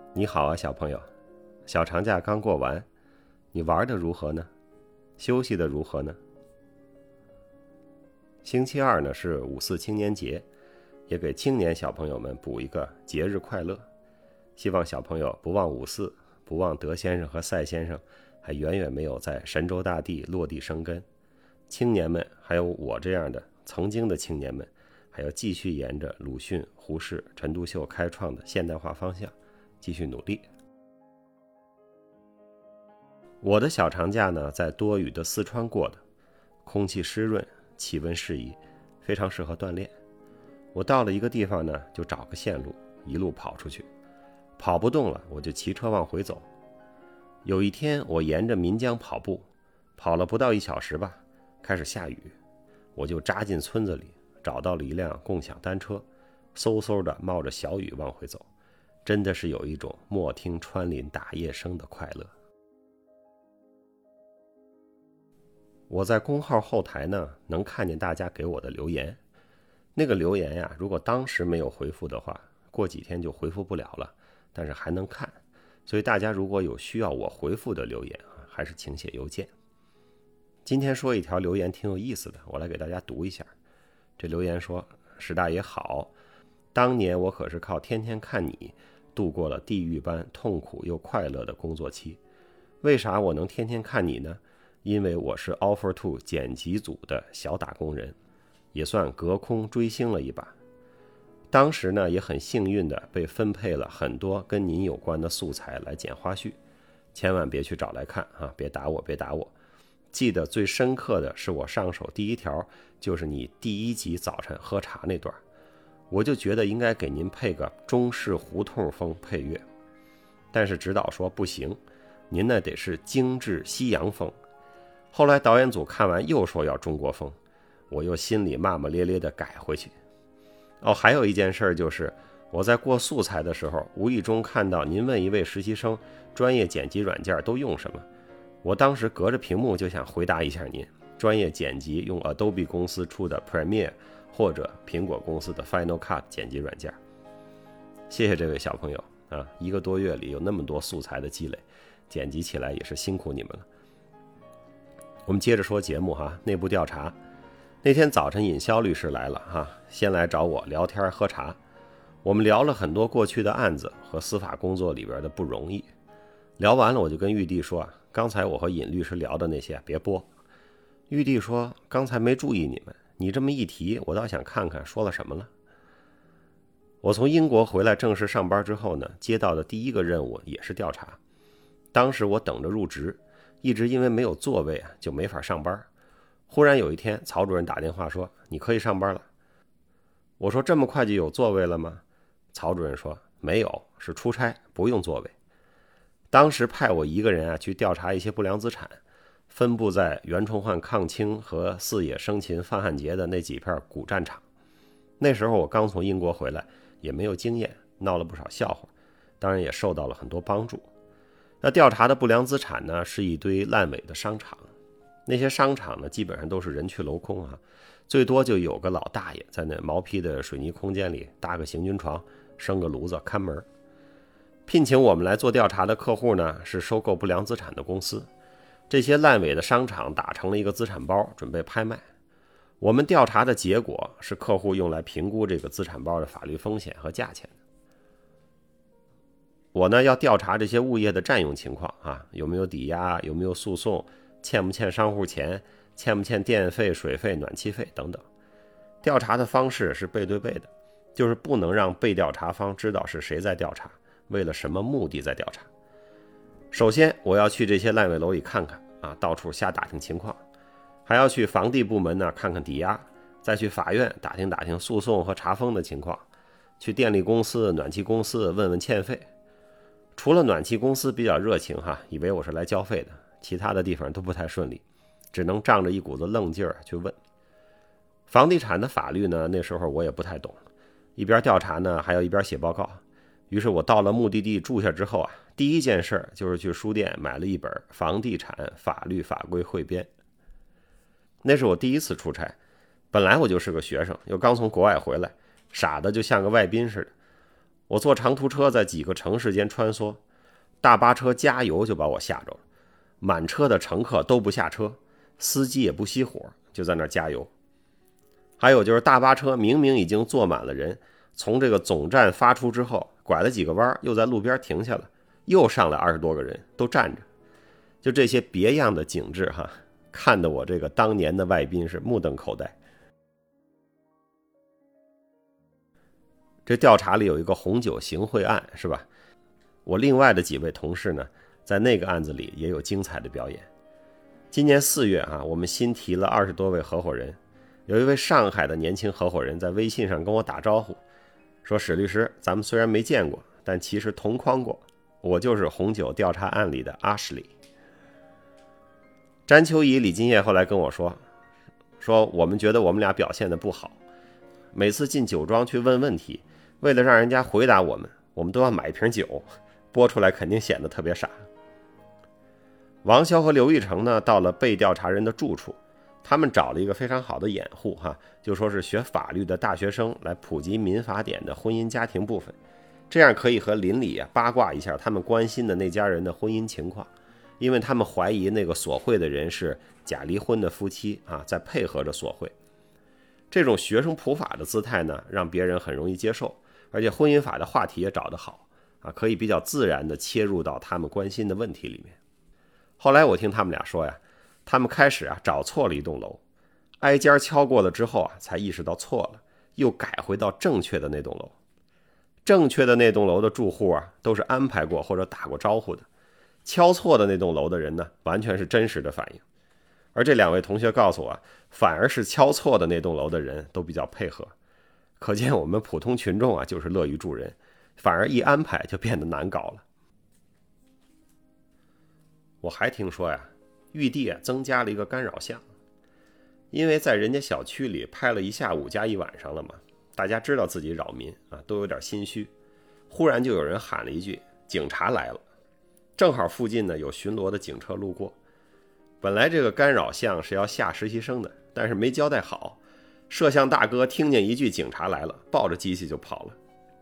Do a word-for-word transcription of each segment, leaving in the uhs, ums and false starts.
你好啊，小朋友，小长假刚过完，你玩得如何呢？休息得如何呢？星期二呢是五四青年节，也给青年小朋友们补一个节日快乐。希望小朋友不忘五四，不忘德先生和赛先生，还远远没有在神州大地落地生根。青年们，还有我这样的曾经的青年们，还要继续沿着鲁迅、胡适、陈独秀开创的现代化方向继续努力。我的小长假呢，在多雨的四川过的，空气湿润，气温适宜，非常适合锻炼。我到了一个地方呢，就找个线路，一路跑出去。跑不动了，我就骑车往回走。有一天，我沿着岷江跑步，跑了不到一小时吧，开始下雨，我就扎进村子里，找到了一辆共享单车，嗖嗖的冒着小雨往回走，真的是有一种莫听穿林打叶声的快乐。我在公号后台呢，能看见大家给我的留言。那个留言呀，如果当时没有回复的话，过几天就回复不了了，但是还能看。所以大家如果有需要我回复的留言，还是请写邮件。今天说一条留言挺有意思的，我来给大家读一下。这留言说：史大爷好，当年我可是靠天天看你度过了地狱般痛苦又快乐的工作期。为啥我能天天看你呢？因为我是 Offer to 剪辑组的小打工人，也算隔空追星了一把。当时呢，也很幸运的被分配了很多跟您有关的素材来剪花絮，千万别去找来看啊！别打我，别打我。记得最深刻的是我上手第一条，就是你第一集早晨喝茶那段，我就觉得应该给您配个中式胡同风配乐，但是指导说不行，您那得是精致西洋风。后来导演组看完又说要中国风，我又心里骂骂咧咧的改回去。哦，还有一件事就是我在过素材的时候，无意中看到您问一位实习生专业剪辑软件都用什么，我当时隔着屏幕就想回答一下您，专业剪辑用 Adobe 公司出的 Premiere 或者苹果公司的 Final Cut 剪辑软件。谢谢这位小朋友啊，一个多月里有那么多素材的积累，剪辑起来也是辛苦你们了。我们接着说节目哈，内部调查。那天早晨尹潇律师来了哈，先来找我聊天喝茶，我们聊了很多过去的案子和司法工作里边的不容易。聊完了我就跟玉帝说啊，刚才我和尹律师聊的那些别播。玉帝说刚才没注意你们，你这么一提，我倒想看看说了什么了。我从英国回来正式上班之后呢，接到的第一个任务也是调查。当时我等着入职，一直因为没有座位啊，就没法上班。忽然有一天，曹主任打电话说你可以上班了。我说这么快就有座位了吗？曹主任说没有，是出差，不用座位。当时派我一个人啊去调查一些不良资产，分布在袁崇焕抗清和四野生擒范汉杰的那几片古战场。那时候我刚从英国回来，也没有经验，闹了不少笑话，当然也受到了很多帮助。那调查的不良资产呢，是一堆烂尾的商场。那些商场呢，基本上都是人去楼空啊，最多就有个老大爷在那毛坯的水泥空间里搭个行军床，生个炉子看门。聘请我们来做调查的客户呢，是收购不良资产的公司。这些烂尾的商场打成了一个资产包，准备拍卖。我们调查的结果是客户用来评估这个资产包的法律风险和价钱。我呢要调查这些物业的占用情况啊，有没有抵押，有没有诉讼，欠不欠商户钱，欠不欠电费、水费、暖气费等等。调查的方式是背对背的，就是不能让被调查方知道是谁在调查，为了什么目的在调查。首先我要去这些烂尾楼里看看啊，到处瞎打听情况，还要去房地部门呢看看抵押，再去法院打听打听诉讼和查封的情况，去电力公司、暖气公司问问欠费。除了暖气公司比较热情哈，以为我是来交费的，其他的地方都不太顺利，只能仗着一股子愣劲儿去问。房地产的法律呢，那时候我也不太懂，一边调查呢，还要一边写报告。于是我到了目的地住下之后啊，第一件事就是去书店买了一本《房地产法律法规汇编》。那是我第一次出差，本来我就是个学生，又刚从国外回来，傻的就像个外宾似的。 我坐长途车在几个城市间穿梭，大巴车加油就把我吓着了，满车的乘客都不下车，司机也不熄火，就在那儿加油。还有就是大巴车明明已经坐满了人，从这个总站发出之后，拐了几个弯，又在路边停下了，又上来二十多个人，都站着。就这些别样的景致哈，看得我这个当年的外宾是目瞪口呆。这调查里有一个红酒行贿案，是吧？我另外的几位同事呢，在那个案子里也有精彩的表演。今年四月啊，我们新提了二十多位合伙人，有一位上海的年轻合伙人在微信上跟我打招呼，说史律师，咱们虽然没见过，但其实同框过，我就是红酒调查案里的阿什里。詹秋怡、李金叶后来跟我说，说我们觉得我们俩表现得不好，每次进酒庄去问问题，为了让人家回答我们，我们都要买一瓶酒，播出来肯定显得特别傻。王潇和刘玉成呢，到了被调查人的住处，他们找了一个非常好的掩护哈，就说是学法律的大学生来普及民法典的婚姻家庭部分，这样可以和邻里啊八卦一下他们关心的那家人的婚姻情况，因为他们怀疑那个索贿的人是假离婚的夫妻啊，在配合着索贿。这种学生普法的姿态呢，让别人很容易接受，而且婚姻法的话题也找得好啊，可以比较自然地切入到他们关心的问题里面。后来我听他们俩说呀，他们开始啊找错了一栋楼，挨家敲过了之后啊，才意识到错了，又改回到正确的那栋楼。正确的那栋楼的住户啊，都是安排过或者打过招呼的，敲错的那栋楼的人呢，完全是真实的反应。而这两位同学告诉我，反而是敲错的那栋楼的人都比较配合，可见我们普通群众啊，就是乐于助人，反而一安排就变得难搞了。我还听说呀，玉帝啊增加了一个干扰项，因为在人家小区里拍了一下午加一晚上了嘛，大家知道自己扰民啊，都有点心虚。忽然就有人喊了一句：“警察来了！”正好附近呢有巡逻的警车路过。本来这个干扰项是要吓实习生的，但是没交代好，摄像大哥听见一句“警察来了”，抱着机器就跑了。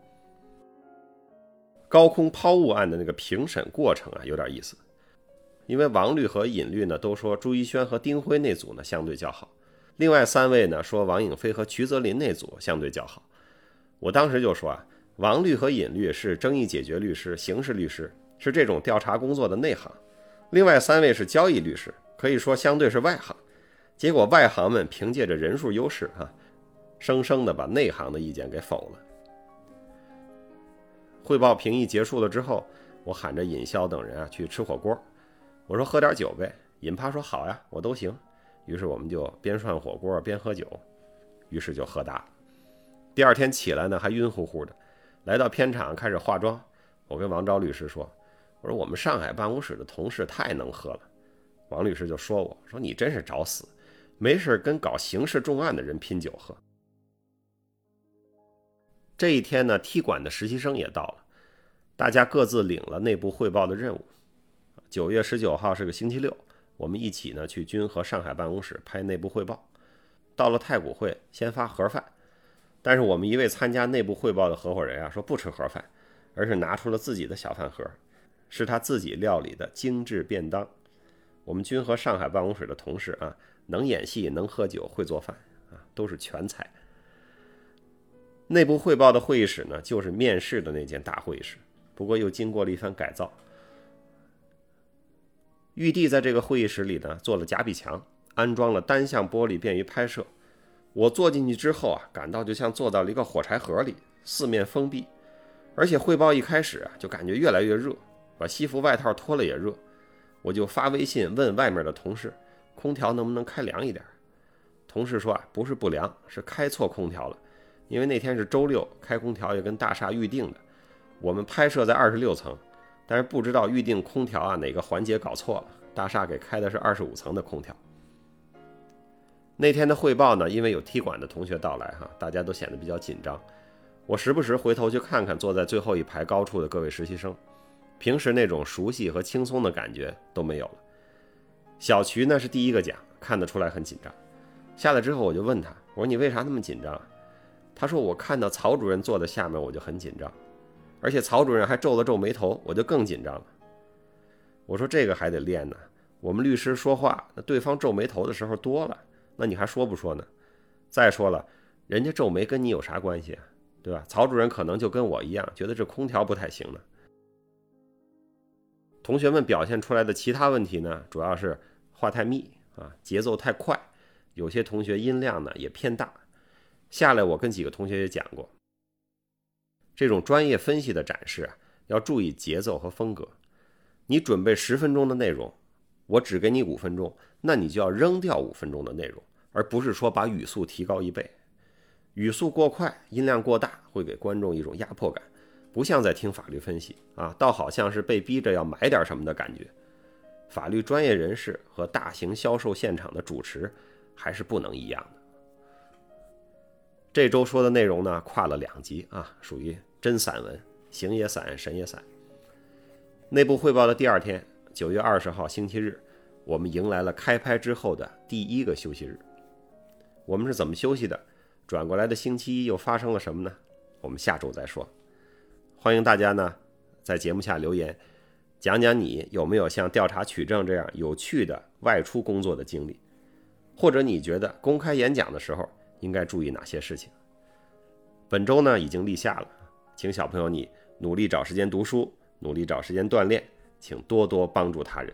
高空抛物案的那个评审过程啊，有点意思。因为王律和尹律呢都说朱一轩和丁辉那组呢相对较好，另外三位呢说王颖飞和瞿泽林那组相对较好。我当时就说啊，王律和尹律是争议解决律师、刑事律师，是这种调查工作的内行，另外三位是交易律师，可以说相对是外行。结果外行们凭借着人数优势啊，生生的把内行的意见给否了。汇报评议结束了之后，我喊着尹潇等人啊去吃火锅。我说喝点酒呗，尹趴说好呀，我都行。于是我们就边涮火锅边喝酒，于是就喝大了。第二天起来呢还晕乎乎的，来到片场开始化妆。我跟王钊律师说，我说我们上海办公室的同事太能喝了。王律师就说我说你真是找死，没事跟搞刑事重案的人拼酒喝。这一天呢，踢馆的实习生也到了，大家各自领了内部汇报的任务。九月十九号是个星期六，我们一起呢去君和上海办公室拍内部汇报。到了太古汇，先发盒饭，但是我们一位参加内部汇报的合伙人啊说不吃盒饭，而是拿出了自己的小饭盒，是他自己料理的精致便当。我们君和上海办公室的同事啊，能演戏、能喝酒、会做饭啊，都是全才。内部汇报的会议室呢，就是面试的那间大会议室，不过又经过了一番改造。玉帝在这个会议室里呢，做了夹壁墙，安装了单向玻璃，便于拍摄。我坐进去之后啊，感到就像坐到了一个火柴盒里，四面封闭。而且汇报一开始啊，就感觉越来越热，把西服外套脱了也热。我就发微信问外面的同事，空调能不能开凉一点？同事说啊，不是不凉，是开错空调了。因为那天是周六，开空调也跟大厦预定的。我们拍摄在二十六层。但是不知道预定空调啊哪个环节搞错了，大厦给开的是二十五层的空调。那天的汇报呢，因为有踢馆的同学到来哈，大家都显得比较紧张。我时不时回头去看看坐在最后一排高处的各位实习生，平时那种熟悉和轻松的感觉都没有了。小瞿呢是第一个讲，看得出来很紧张。下来之后我就问他，我说你为啥那么紧张？他说我看到曹主任坐在下面我就很紧张。 而且曹主任还皱了皱眉头，我就更紧张了。我说这个还得练呢，我们律师说话，那对方皱眉头的时候多了，那你还说不说呢？再说了，人家皱眉跟你有啥关系啊，对吧？曹主任可能就跟我一样，觉得这空调不太行呢。同学们表现出来的其他问题呢，主要是话太密啊，节奏太快，有些同学音量呢也偏大。下来我跟几个同学也讲过，这种专业分析的展示啊，要注意节奏和风格。你准备十分钟的内容，我只给你五分钟，那你就要扔掉五分钟的内容，而不是说把语速提高一倍。语速过快，音量过大，会给观众一种压迫感，不像在听法律分析啊，倒好像是被逼着要买点什么的感觉。法律专业人士和大型销售现场的主持还是不能一样的。这周说的内容呢，跨了两集啊，属于真散文，形也散，神也散。内部汇报的第二天，九月二十号星期日，我们迎来了开拍之后的第一个休息日。我们是怎么休息的？转过来的星期一又发生了什么呢？我们下周再说。欢迎大家呢在节目下留言，讲讲你有没有像调查取证这样有趣的外出工作的经历，或者你觉得公开演讲的时候应该注意哪些事情。本周呢已经立夏了，请小朋友你努力找时间读书，努力找时间锻炼，请多多帮助他人。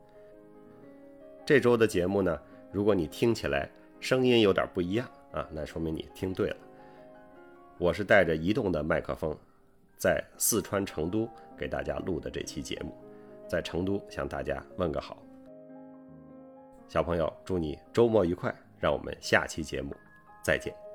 这周的节目呢，如果你听起来声音有点不一样啊，那说明你听对了。我是带着移动的麦克风，在四川成都给大家录的这期节目，在成都向大家问个好。小朋友，祝你周末愉快，让我们下期节目再见。